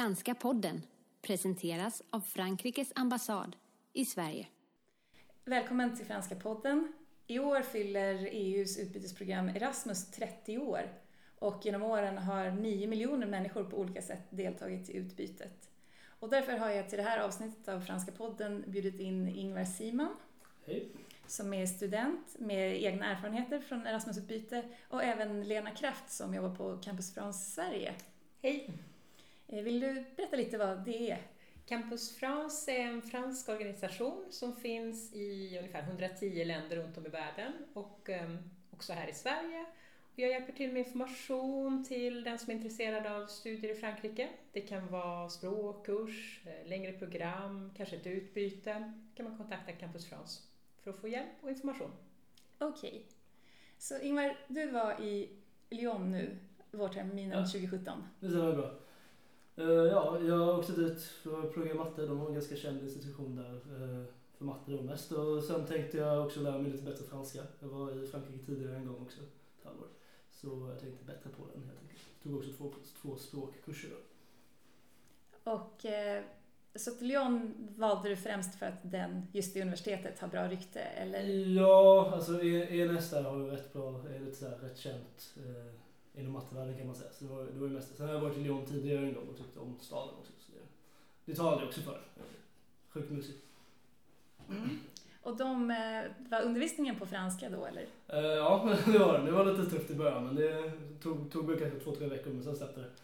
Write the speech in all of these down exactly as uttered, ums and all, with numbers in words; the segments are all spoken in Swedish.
Franska podden presenteras av Frankrikes ambassad i Sverige. Välkommen till Franska podden. I år fyller E U:s utbytesprogram Erasmus trettio år och genom åren har nio miljoner människor på olika sätt deltagit i utbytet. Och därför har jag till det här avsnittet av Franska podden bjudit in Ingvar Siman. Hej. Som är student med egna erfarenheter från Erasmusutbyte, och även Lena Kraft som jobbar på Campus France Sverige. Hej! Vill du berätta lite vad det är? Campus France är en fransk organisation som finns i ungefär hundratio länder runt om i världen och um, också här i Sverige. Jag hjälper till med information till den som är intresserad av studier i Frankrike. Det kan vara språkkurs, längre program, kanske ett utbyte. Kan man kontakta Campus France för att få hjälp och information. Okej. Okay. Så Ingvar, du var i Lyon nu, vårterminen ja. tjugo sjutton. Det stämmer bra. Uh, ja, jag åkte dit för att plugga matte. De har en ganska känd institution där uh, för matte då mest. Och sen tänkte jag också lära mig lite bättre franska. Jag var i Frankrike tidigare en gång också, ett halvår. Så jag tänkte bättre på den helt enkelt. Jag tog också två, två språkkurser då. Och eh, så till Lyon valde du främst för att den, just det universitetet har bra rykte, eller? Ja, alltså E N S där har ju rätt bra, är lite så här rätt känt eh, inom mattevärlden kan man säga. Så det var, det var ju mest. Sen har jag varit i Lyon tidigare en gång och tyckte om staden också. Så det, det talade jag också för. Sjukt mysigt. Mm. Och de, var undervisningen på franska då, eller? Uh, ja, det var det. Det var lite tufft i början, men det tog, tog kanske två, tre veckor, men sen släppte det.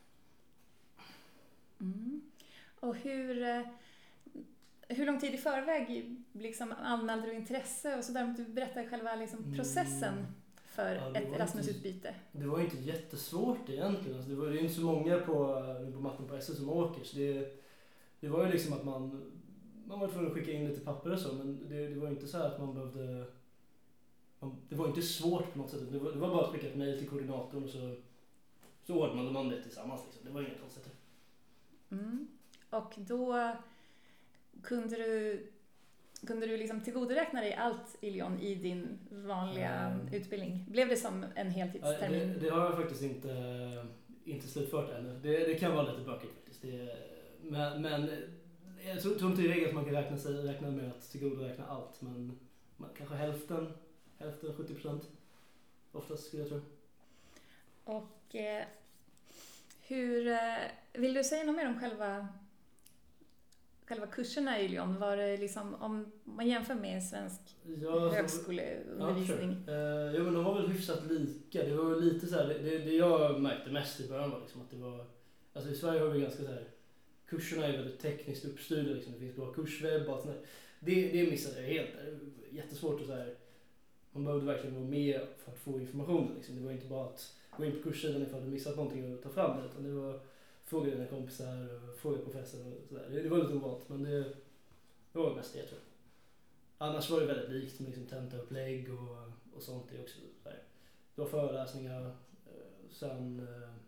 Mm. Och hur, hur lång tid i förväg liksom anmälde du intresse och sådär? Du berättar själva liksom processen för ja, ett Erasmusutbyte. Det var inte jättesvårt egentligen. Alltså det var ju inte så många på, på matten på S U som åker, så det, det var ju liksom att man Man var tvungen att skicka in lite papper och så, men det, det var inte så här att man behövde... Man, det var inte svårt på något sätt. Det var, det var bara att skicka ett mejl till koordinatorn och så, så ordnade man det tillsammans. Liksom. Det var inget konstigt. Mm. Och då kunde du, kunde du liksom tillgodoräkna dig allt i Lyon i din vanliga mm. utbildning? Blev det som en heltidstermin? Ja, det, det har jag faktiskt inte, inte slutfört ännu. Det, det kan vara lite bökigt faktiskt. Det, men... men jag tror, tror inte i regel att man kan räkna, sig, räkna med att tillgodoräkna allt, men man, kanske hälften, hälften, sjuttio procent oftast skulle jag tro. Och eh, hur, eh, vill du säga något mer om själva, själva kurserna i Lyon? Var det liksom, om man jämför med svensk ja, högskoleundervisning? Ja, sure. uh, jo, men de var väl hyfsat lika. Det var lite så här, det, det, det jag märkte mest i början var liksom att det var, alltså i Sverige har vi ganska så här, kurserna är väldigt tekniskt uppstyrda, liksom. Det finns bra kurswebb och sånt. Det, det missade jag helt. Det var jättesvårt att så här, man behövde verkligen vara med för att få information. Liksom. Det var inte bara att gå in på kurssidan ifall du missat någonting och ta fram det, utan det var fråga dina kompisar och fråga professorn och sådär. Det, det var lite ovant, men det, det var mest det, tror jag. Annars var det väldigt likt med liksom, tentaupplägg och, och sånt. Det, också, så här. Det var föreläsningar, sen,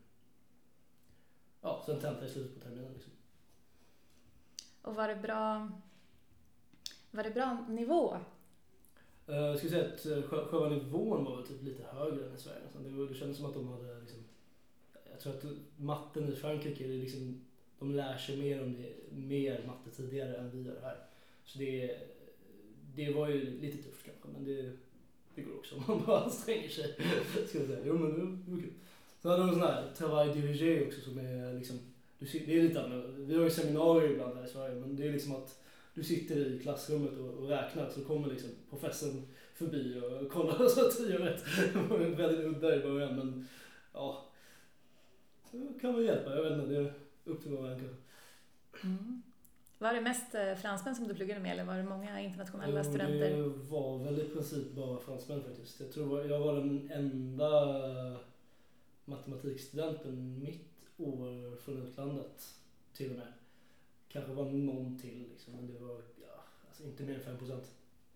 ja, sen tenta i slutet på terminen. Liksom. Och var det bra, var det bra nivå? Uh, jag skulle säga att uh, själva nivån var typ lite högre än i Sverige. Alltså, det, var, det kändes som att de hade liksom, jag tror att matten i Frankrike är liksom, de lär sig mer om det, mer matte tidigare än vi gör här. Så det, det var ju lite tufft kanske, men det, det går också om man bara anstränger sig. Ska jag säga. Jo, men det var kul. Så hade de en sån här travail dirigé också som är liksom, det är lite annat. Vi har ju seminarier ibland här i Sverige, men det är liksom att du sitter i klassrummet och, och räknar, så kommer liksom professorn förbi och kollar så att du gör rätt. Det var väldigt udda i början, men ja, det kan man hjälpa. Jag vet inte, det är upp till var en kanske. Mm. Var det mest fransmän som du pluggade med, eller var det många internationella studenter? Det var väl i princip bara fransmän faktiskt. Jag tror jag var den enda matematikstudenten mitt år från utlandet till och med. Kanske var någon till liksom, men det var ja, alltså inte mer än fem procent.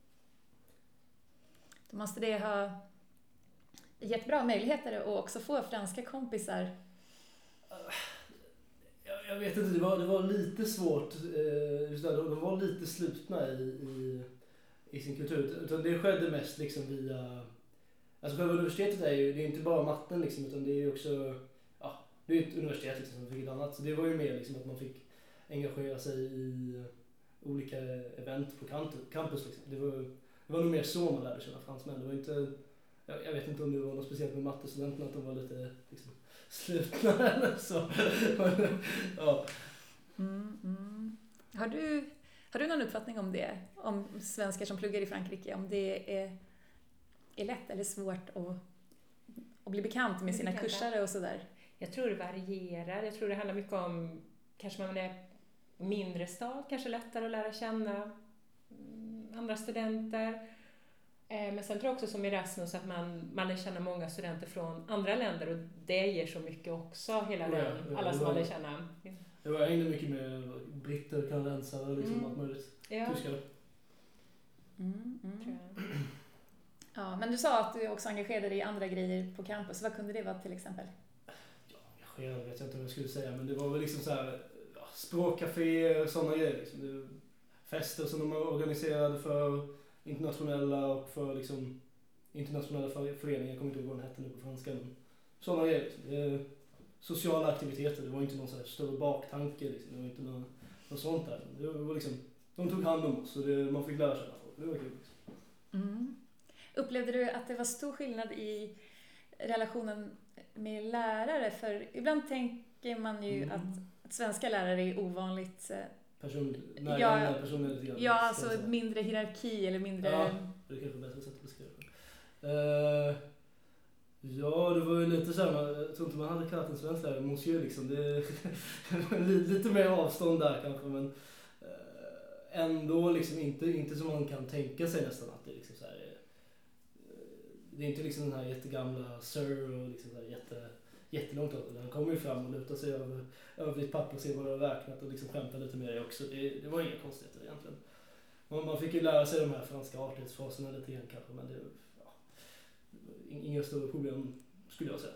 Då måste det ha gett bra möjligheter att också få franska kompisar. Jag, jag vet inte, det var, det var lite svårt. Just där, de var lite slutna i, i, i sin kultur. Utan det skedde mest liksom via... Alltså själva universitetet är ju, det är inte bara matten liksom, utan det är också... Ja, det är ett universitet liksom, som fick ett annat. Så det var ju mer liksom att man fick engagera sig i olika event på campus. Liksom. Det, var, det var nog mer så man lärde känna fransmän. Det var inte, jag, jag vet inte om det var något speciellt med mattestudenterna, att de var lite liksom, slutna eller så. Ja. Mm, mm. Har du, har du någon uppfattning om det? Om svenskar som pluggar i Frankrike, om det är, är lätt eller svårt att, att bli bekant med sina kursare och sådär? Jag tror det varierar. Jag tror det handlar mycket om, kanske man är mindre stad, kanske lättare att lära känna andra studenter. Men sen tror jag också som Erasmus att man, man lär känna många studenter från andra länder, och det ger så mycket också, hela ja, den, ja, alla som var, man lär känna. Jag var hängde mycket med britter, kanadensare och liksom Mm. allt möjligt. Ja. Tyskar. Mm, mm. Tror jag. Ja, men du sa att du också engagerade dig i andra grejer på campus. Vad kunde det vara till exempel? Ja, engagerad vet jag inte vad jag skulle säga, men det var väl liksom så här, ja, språkcafé och sådana grejer. Liksom. Det, fester som de organiserade för internationella och för liksom internationella föreningar, jag kommer inte ihåg vad den hette nu på franska, men sådana grejer. Liksom. Det, sociala aktiviteter, det var inte någon så här större baktanke, liksom. Det var inte någon, något sånt där. Det var liksom, de tog hand om oss, så det, man fick lära känna folk. Det var kul. Liksom. Mm. Upplevde du att det var stor skillnad i relationen med lärare? För ibland tänker man ju Mm. att, att svenska lärare är ovanligt... Person, nej, Ja, ja, personer lite grann. Ja, alltså mindre hierarki eller mindre... Ja, det är kanske bättre sätt att beskriva det. Uh, ja, det var ju lite så här, jag tror inte man hade kallat en svensk lärare monsieur liksom. Det var lite mer avstånd där kanske, men uh, ändå liksom inte, inte som man kan tänka sig nästan att det är liksom så här, uh, det är inte liksom den här jättegamla sir och liksom så här jätte, jättelångt åt. Han kommer ju fram och lutar sig över, över ditt papper och ser vad du har räknat och liksom skämtar lite med dig också. Det, det var inga konstigheter egentligen. Man, man fick ju lära sig de här franska artighetsfraserna lite grann kanske, men det, ja, det var inga större problem skulle jag säga.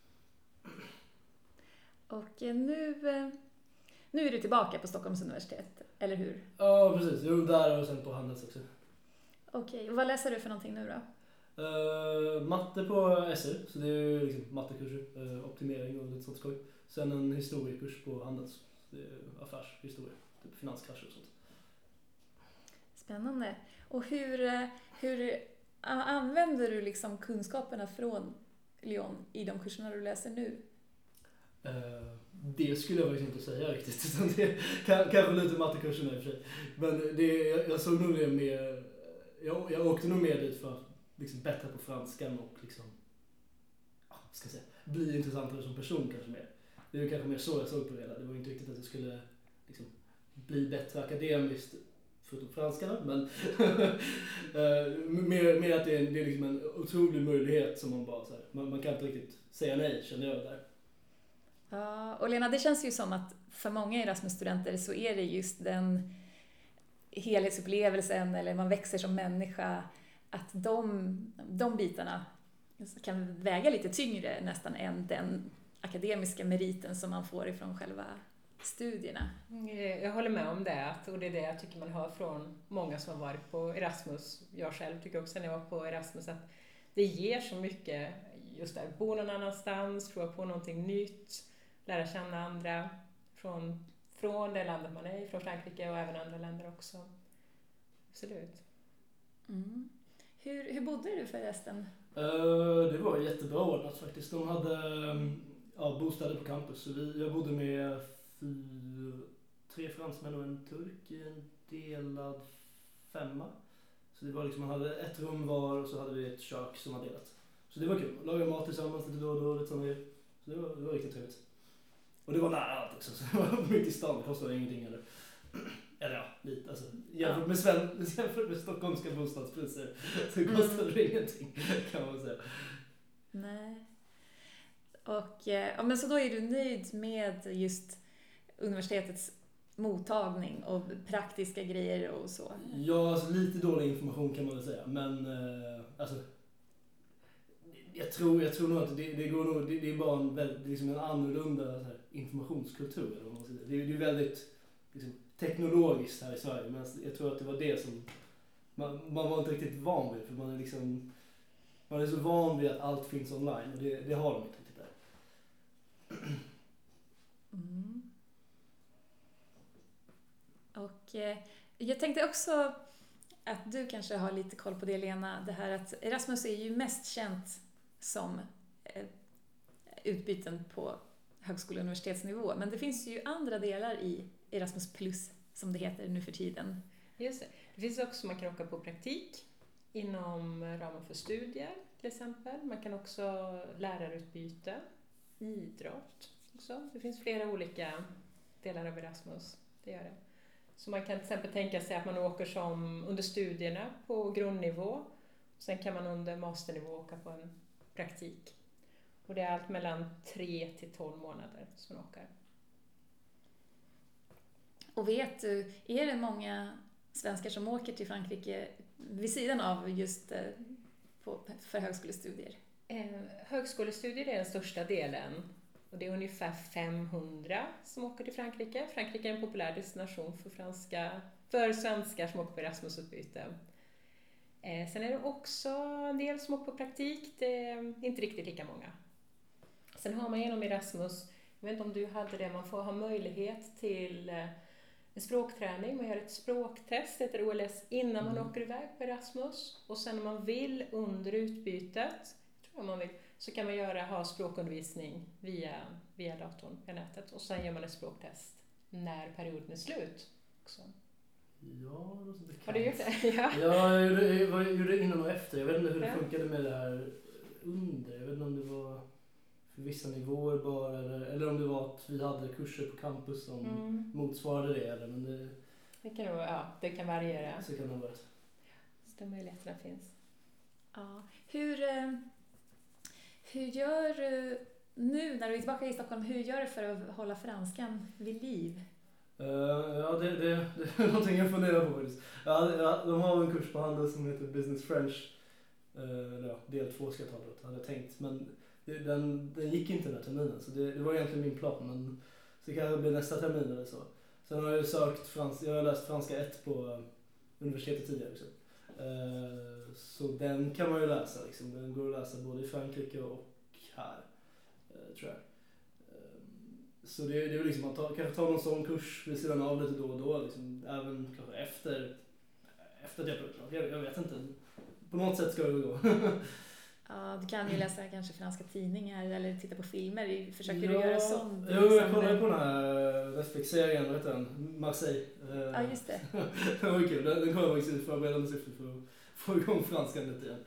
Och nu, nu är du tillbaka på Stockholms universitet, eller hur? Ja, precis. Jo, där och sen på Handels också. Okej, och vad läser du för någonting nu då? Uh, matte på S R, så det är ju liksom mattekurser, uh, optimering och lite sånt skoj. Sen en historiekurs på Handels, det är affärshistoria, typ finanskrascher och sånt. Spännande. Och hur, hur använder du liksom kunskaperna från Lyon i de kurserna du läser nu? Uh, det skulle jag faktiskt inte säga riktigt, utan det kan, kanske lite mattekurserna i och för sig. Men det, jag, jag såg nog det med, jag, jag åkte nog med dit för att liksom bättra på franskan och liksom, ja, ska jag säga, bli intressantare som person kanske mer. Det är ju kanske mer så jag såg på det hela. Det var inte riktigt att jag skulle liksom bli bättre akademiskt förutom franskan, men mer, mer att det är, det är liksom en otrolig möjlighet som man bara så här, man, man kan inte riktigt säga nej, känner jag där. Ja, och Lena, det känns ju som att för många Erasmus-studenter så är det just den helhetsupplevelsen, eller man växer som människa, att de, de bitarna kan väga lite tyngre nästan än den akademiska meriten som man får ifrån själva studierna. Jag håller med om det, och det är det jag tycker man hör från många som har varit på Erasmus. Jag själv tycker också när jag var på Erasmus att det ger så mycket, just där, bo någon annanstans, prova på någonting nytt, lära känna andra från, från det landet man är i, från Frankrike och även andra länder också. Absolut. Mm. Hur, hur bodde du förresten? Uh, det var jättebra ordnat faktiskt. De hade um, ja, bostäder på campus. Så vi, jag bodde med fyra, tre fransmän och en turk i en delad femma. Så det var liksom, man hade ett rum var och så hade vi ett kök som var delat. Så det var kul. Laga mat tillsammans lite då och då. Lite sådana grejer. Så det var, det var riktigt trevligt. Och det var nära allt också. Så det var mitt i stan. Det kostade ingenting heller. Eller ja, lite. Alltså, jämfört, med Sven, jämfört med stockholmska bostadspriser så kostade det mm. ingenting, kan man säga. Nej. Och, ja, men så då är du nöjd med just universitetets mottagning och praktiska grejer och så? Ja, alltså, lite dålig information kan man väl säga. Men eh, alltså, jag tror, jag tror nog att det, det går nog, det, det är bara en, väldigt, liksom en annorlunda så här, informationskultur. Eller vad man säger. Det, det är väldigt liksom, teknologiskt här i Sverige, men jag tror att det var det som man, man var inte riktigt van vid, för man är liksom man är så van vid att allt finns online, och det, det har de inte riktigt där. Och eh, jag tänkte också att du kanske har lite koll på det, Lena. Det här att Erasmus är ju mest känt som eh, utbyten på högskole- och universitetsnivå. Men det finns ju andra delar i Erasmus plus, som det heter nu för tiden. Just det. Det finns också, man kan åka på praktik inom ramen för studier till exempel. Man kan också lärarutbyte, idrott också. Det finns flera olika delar av Erasmus. Det gör det. Så man kan till exempel tänka sig att man åker som under studierna på grundnivå. Sen kan man under masternivå åka på en praktik. Och det är allt mellan tre till tolv månader som man åker. Och vet du, är det många svenskar som åker till Frankrike vid sidan av just eh, på, för högskolestudier? Eh, högskolestudier är den största delen. Och det är ungefär femhundra som åker till Frankrike. Frankrike är en populär destination för, franska, för svenskar som åker på Erasmusutbyte. Eh, sen är det också en del som åker på praktik. Det är inte riktigt lika många. Sen har man genom Erasmus, jag vet inte om du hade det, man får ha möjlighet till en språkträning. Man gör ett språktest, det heter O L S, innan man mm. åker iväg på Erasmus. Och sen om man vill under utbytet, tror jag man vill, så kan man göra, ha språkundervisning via, via datorn, via nätet. Och sen gör man ett språktest när perioden är slut också. Ja, det låter bekant. Har du gjort det? Ja, ja jag, gjorde, jag gjorde det innan och efter. Jag vet inte hur det ja. funkade med det här under. Jag vet inte om det var för vissa nivåer bara. Eller, eller om det var att vi hade kurser på campus som mm. motsvarade det. Eller, men det, det, kan nog, ja, det kan variera. Så kan det vara. Så de möjligheterna finns. Ja. Hur... Hur gör du nu när du är tillbaka i Stockholm, hur gör du för att hålla franskan vid liv? Uh, ja, det, det, det är någonting jag funderar på faktiskt. Ja, ja, de har en kurs på Handels som heter Business French. Uh, ja, del två ska jag ta det, hade jag tänkt. Men det, den, den gick inte den här terminen, så det, det var egentligen min plan. Men så kan det bli nästa termin eller så. Sen har jag sökt franska, jag har läst franska ett på universitetet tidigare också. Uh, så den kan man ju läsa liksom. Den går att läsa både i Frankrike och här, uh, tror jag. Uh, så det, det är liksom att ta, kanske ta någon sån kurs vid sidan av lite då och då liksom, även kanske efter efter det jag, jag vet inte. På något sätt ska det gå. Ja, du kan ju läsa kanske franska tidningar eller titta på filmer. Försöker ja, du göra sånt? Jo, liksom? Jag kollade på den här Netflix-serien, vad heter den? Marseille. Ja, just det. Det var kul. Den, den kollade faktiskt förberedande syfte för att få igång franskan lite igen.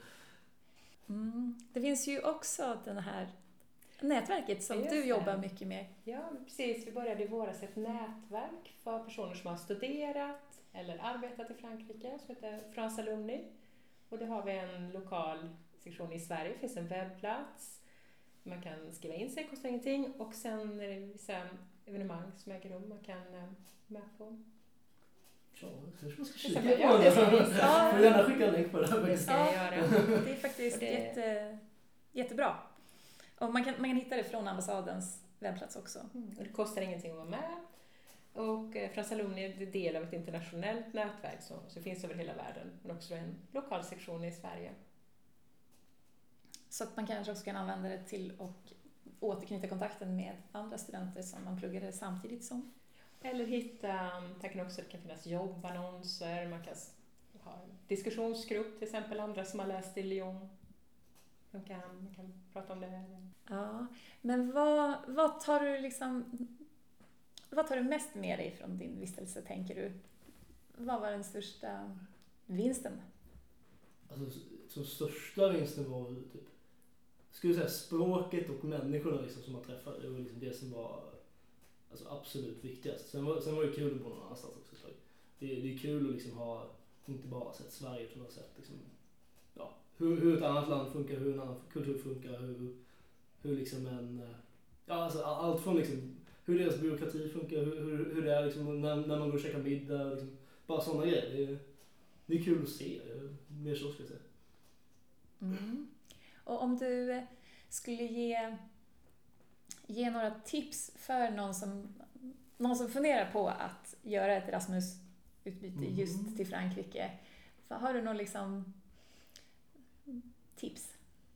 Mm. Det finns ju också den här nätverket som just du det. jobbar mycket med. Ja, precis. Vi började i våras ett nätverk för personer som har studerat eller arbetat i Frankrike som heter France Alumni. Och det har vi en lokal sektion i Sverige. Det finns en webbplats. Man kan skriva in sig, kostar ingenting. Och sen är det vissa evenemang som äger rum man kan äh, med på. Ja, kanske man ska kika på ja, det. det. Ja. Får gärna skicka en länk på det här. Det ska jag göra. Det är faktiskt det... jätte, jättebra. Och man kan, man kan hitta det från ambassadens webbplats också. Mm. Och det kostar ingenting att vara med. Och eh, France Alumni är en del av ett internationellt nätverk som, som finns över hela världen. Men också en lokal sektion i Sverige. Så att man kanske också kan använda det till att återknyta kontakten med andra studenter som man pluggade samtidigt som. Eller hitta, det kan också det kan finnas jobbannonser, man kan ha en diskussionsgrupp, till exempel andra som har läst i Lyon. Man kan, man kan prata om det. Ja, men vad, vad tar du liksom, vad tar du mest med dig från din vistelse, tänker du? Vad var den största vinsten? Alltså, så största vinsten var typ, skulle jag säga, språket och människorna liksom som man träffade. Det var liksom det som var alltså, absolut viktigast. Sen var, sen var det kul att bo någon annanstans också. Så det, det är kul att liksom ha, inte bara sett Sverige utan sett liksom, ja, hur, hur ett annat land funkar, hur en annan kultur funkar, hur, hur liksom en, ja alltså allt från liksom, hur deras byråkrati funkar, hur, hur, hur det är liksom, när, när man går och käkar middag, liksom, bara sådana grejer. Det är, det är kul att se, mer så ska jag säga. Mm. Och om du skulle ge, ge några tips för någon som, någon som funderar på att göra ett Erasmus-utbyte mm. just till Frankrike. Har du någon liksom tips?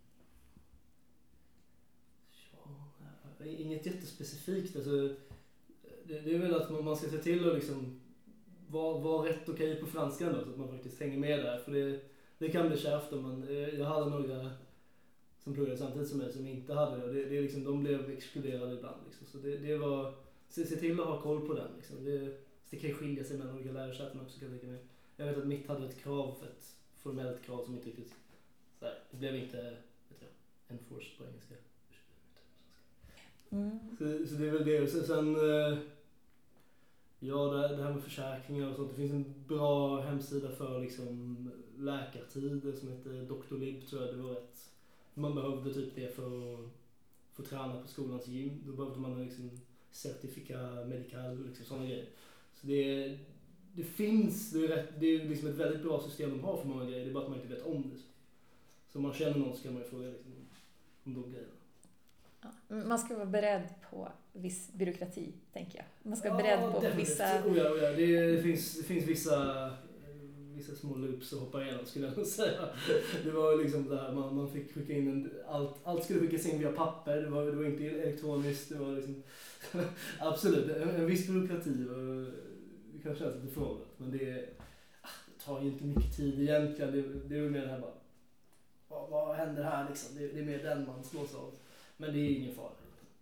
Ja, inget jättespecifikt. Alltså, det, det är väl att man, man ska se till att liksom var, var rätt okej på franska ändå, så att man faktiskt hänger med där. För det, det kan bli kärvt om man, jag hade några som pluggade samtidigt som mig som inte hade det. det, det liksom, de blev exkluderade ibland. Liksom. Så det, det var, se, se till att ha koll på den. Liksom. Det, det kan ju skilja sig mellan olika lärosäten också, kan jag tänka mig. Jag vet att mitt hade ett krav, ett formellt krav som inte riktigt, så här, det blev inte, vet jag, enforced på engelska. Mm. Så, så det är väl det. Så, sen, ja, det, det här med försäkringar och sånt. Det finns en bra hemsida för liksom läkartider som heter doktor Lib, tror jag det var rätt. Man behövde typ det för att få träna på skolans gym. Då behövde man liksom certifikat medical, liksom sådana grejer. Så det, det finns, det är, rätt, det är liksom ett väldigt bra system de har för många grejer. Det är bara att man inte vet om det. Så om man känner någon så kan man ju fråga liksom, om de grejerna. Ja, man ska vara beredd på viss byråkrati, tänker jag. Man ska ja, vara beredd på definitivt. vissa... Oh ja, oh ja. Det, det, finns, det finns vissa, vissa små loops att hoppa igenom, skulle jag nog säga. Det var liksom det här, man, man fick skicka in en, allt, allt skulle skickas in via papper, det var, det var inte elektroniskt, det var liksom, absolut, en, en viss byråkrati, och det kan kännas lite frågat, men det, det tar ju inte mycket tid egentligen, det, det är väl mer det här bara, vad, vad händer här liksom, det, det är mer den man slås av, men det är ingen fara.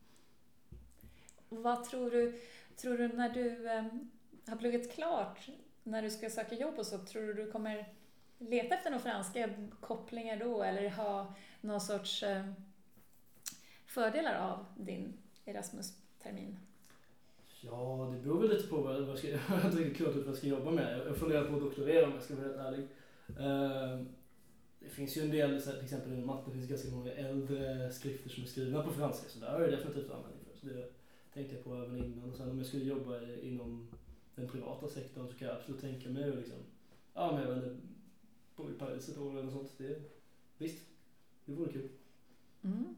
Vad tror du, tror du när du eh, har pluggat klart, när du ska söka jobb och så, tror du du kommer leta efter några franska kopplingar då, eller ha någon sorts eh, fördelar av din Erasmus-termin? Ja, det beror väl lite på vad jag ska, jag har inte riktigt klart ut vad jag ska jobba med. Jag funderar på att doktorera om jag ska vara helt ärlig. Uh, det finns ju en del, till exempel inom matte, det finns ganska många äldre skrifter som är skrivna på franska, så där har jag definitivt användning för. Så det tänkte jag på även innan. Och sen om jag skulle jobba inom den privata sektorn så kan jag absolut tänka mig att liksom, ja, men jag vet inte, bo i Paris ett år eller något sånt. Det, visst, det vore kul. Mm.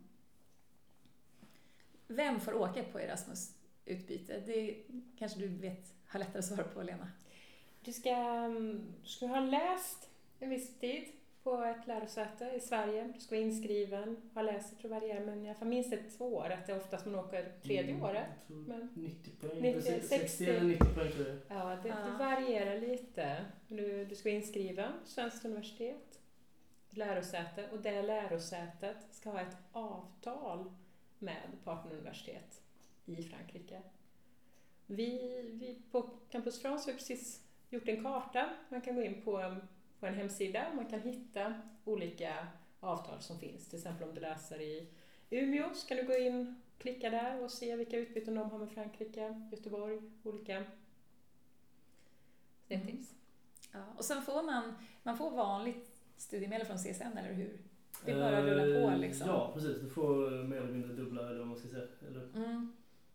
Vem får åka på Erasmus-utbyte? Det kanske du vet, har lättare att svara på, Lena. Du ska, du ska ha läst en viss tid på ett lärosäte i Sverige. Du ska vara inskriven, ha läst, jag tror varje, men jag får minst ett två år, att det är oftast man åker tredje mm, året. Men nittio poäng, nittio, sextio eller nittio poäng tror jag. Ja, det, ja. det varierar lite. Du, du ska vara inskriven på Svenskt universitet, lärosäte, och det lärosätet ska ha ett avtal med partneruniversitet i Frankrike. Vi, vi på Campus France har precis gjort en karta. Man kan gå in på, på en hemsida och man kan hitta olika avtal som finns. Till exempel om du läser i Umeå så kan du gå in, klicka där och se vilka utbyten de har med Frankrike, Göteborg, olika. Det är mm. tips. Ja, och sen får man, man får vanligt studiemedel från C S N, eller hur? Det är bara att rulla på liksom. Ja, precis. Du får mer eller mindre dubbla, eller vad man ska säga. Eller? Mm.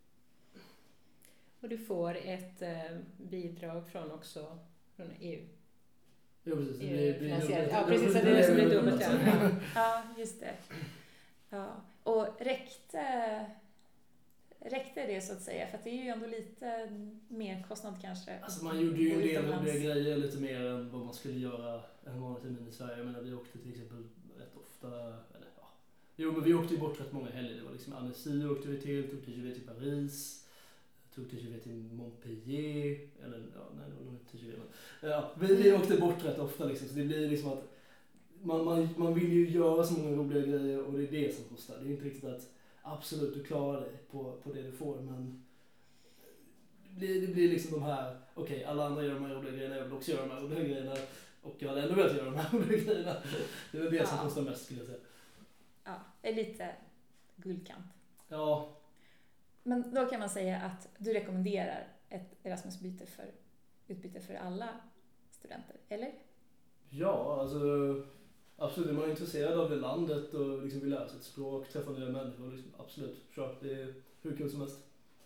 Och du får ett eh, bidrag från också från E U. Ja, precis. Det blir, blir dubbelt. Ja, precis. Det är det som blir dubbelt. Ja, ja just det. Ja. Och räckte, räckte det så att säga? För att det är ju ändå lite mer kostnad kanske. Alltså man gjorde ju en del av det grejer lite mer än vad man skulle göra en vanlig termin i Sverige. Jag menar, vi åkte till exempel rätt ofta, eller ja. Jo, men vi åkte ju bort rätt många helger. Det var liksom Annecy åkte vi till, tog till till Paris. Tog till till Montpellier, eller ja, nej det var nog inte till men ja, vi, vi åkte bort rätt ofta liksom, så det blir liksom att man, man, man vill ju göra så många roliga grejer och det är det som kostar. Det är inte riktigt att absolut du klarar dig på, på det du får, men det blir, det blir liksom de här, okej okay, alla andra gör de här roliga grejerna, jag vill också göra de här roliga grejerna och jag hade ändå velat göra de här roliga grejerna. Det är det ja. som kostar mest, skulle jag säga. Ja, det är lite guldkant. Ja. Men då kan man säga att du rekommenderar ett Erasmus-byte för utbyte för alla studenter, eller? Ja, alltså absolut. Är man intresserad av det landet och liksom vill lära sig ett språk, träffa nya människor, liksom, absolut. Kör, det är hur kul som helst.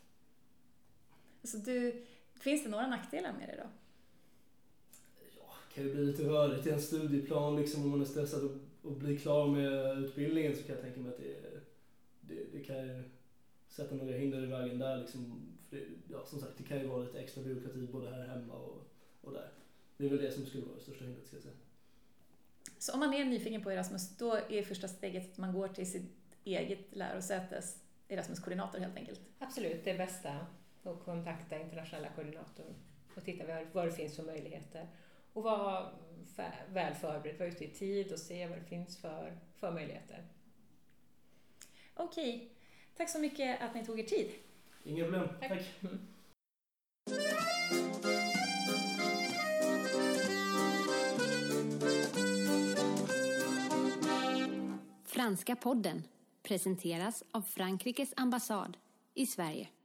Alltså du, finns det några nackdelar med det då? Ja, det kan ju bli lite rörigt i en studieplan, liksom om man är stressad och, och blir klar med utbildningen, så kan jag tänka mig att det, det, det kan ju sätta några hinder i vägen där liksom, för det, ja, som sagt, det kan ju vara lite extra byråkrati både här hemma och, och där. Det är väl det som skulle vara det största hindret, ska jag säga. Så om man är nyfiken på Erasmus, då är första steget att man går till sitt eget lärosätes Erasmus-koordinator helt enkelt? Absolut, det är bästa att kontakta internationella koordinatorn och titta vad, vad det finns för möjligheter. Och vara väl förberedd, vara ute i tid och se vad det finns för, för möjligheter. Okej, tack så mycket att ni tog er tid. Inga problem, tack. tack. Mm. Franska podden presenteras av Frankrikes ambassad i Sverige.